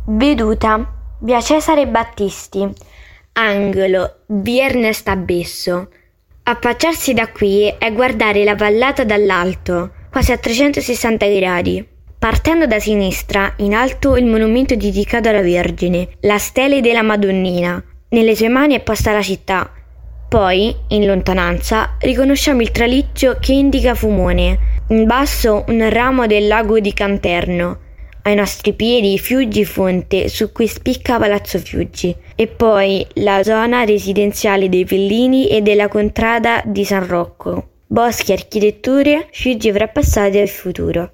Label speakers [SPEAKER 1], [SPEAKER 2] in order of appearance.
[SPEAKER 1] Veduta, via Cesare Battisti, angolo via Ernesta Besso. Affacciarsi da qui è guardare la vallata dall'alto, quasi a 360 gradi. Partendo da sinistra, in alto il monumento dedicato alla Vergine, la stele della Madonnina. Nelle sue mani è posta la città. Poi, in lontananza, riconosciamo il traliccio che indica Fumone. In basso un ramo del lago di Canterno. Ai nostri piedi Fiuggi Fonte, su cui spicca Palazzo Fiuggi, e poi la zona residenziale dei Pellini e della contrada di San Rocco. Boschi, architetture, Fiuggi fra passato e futuro.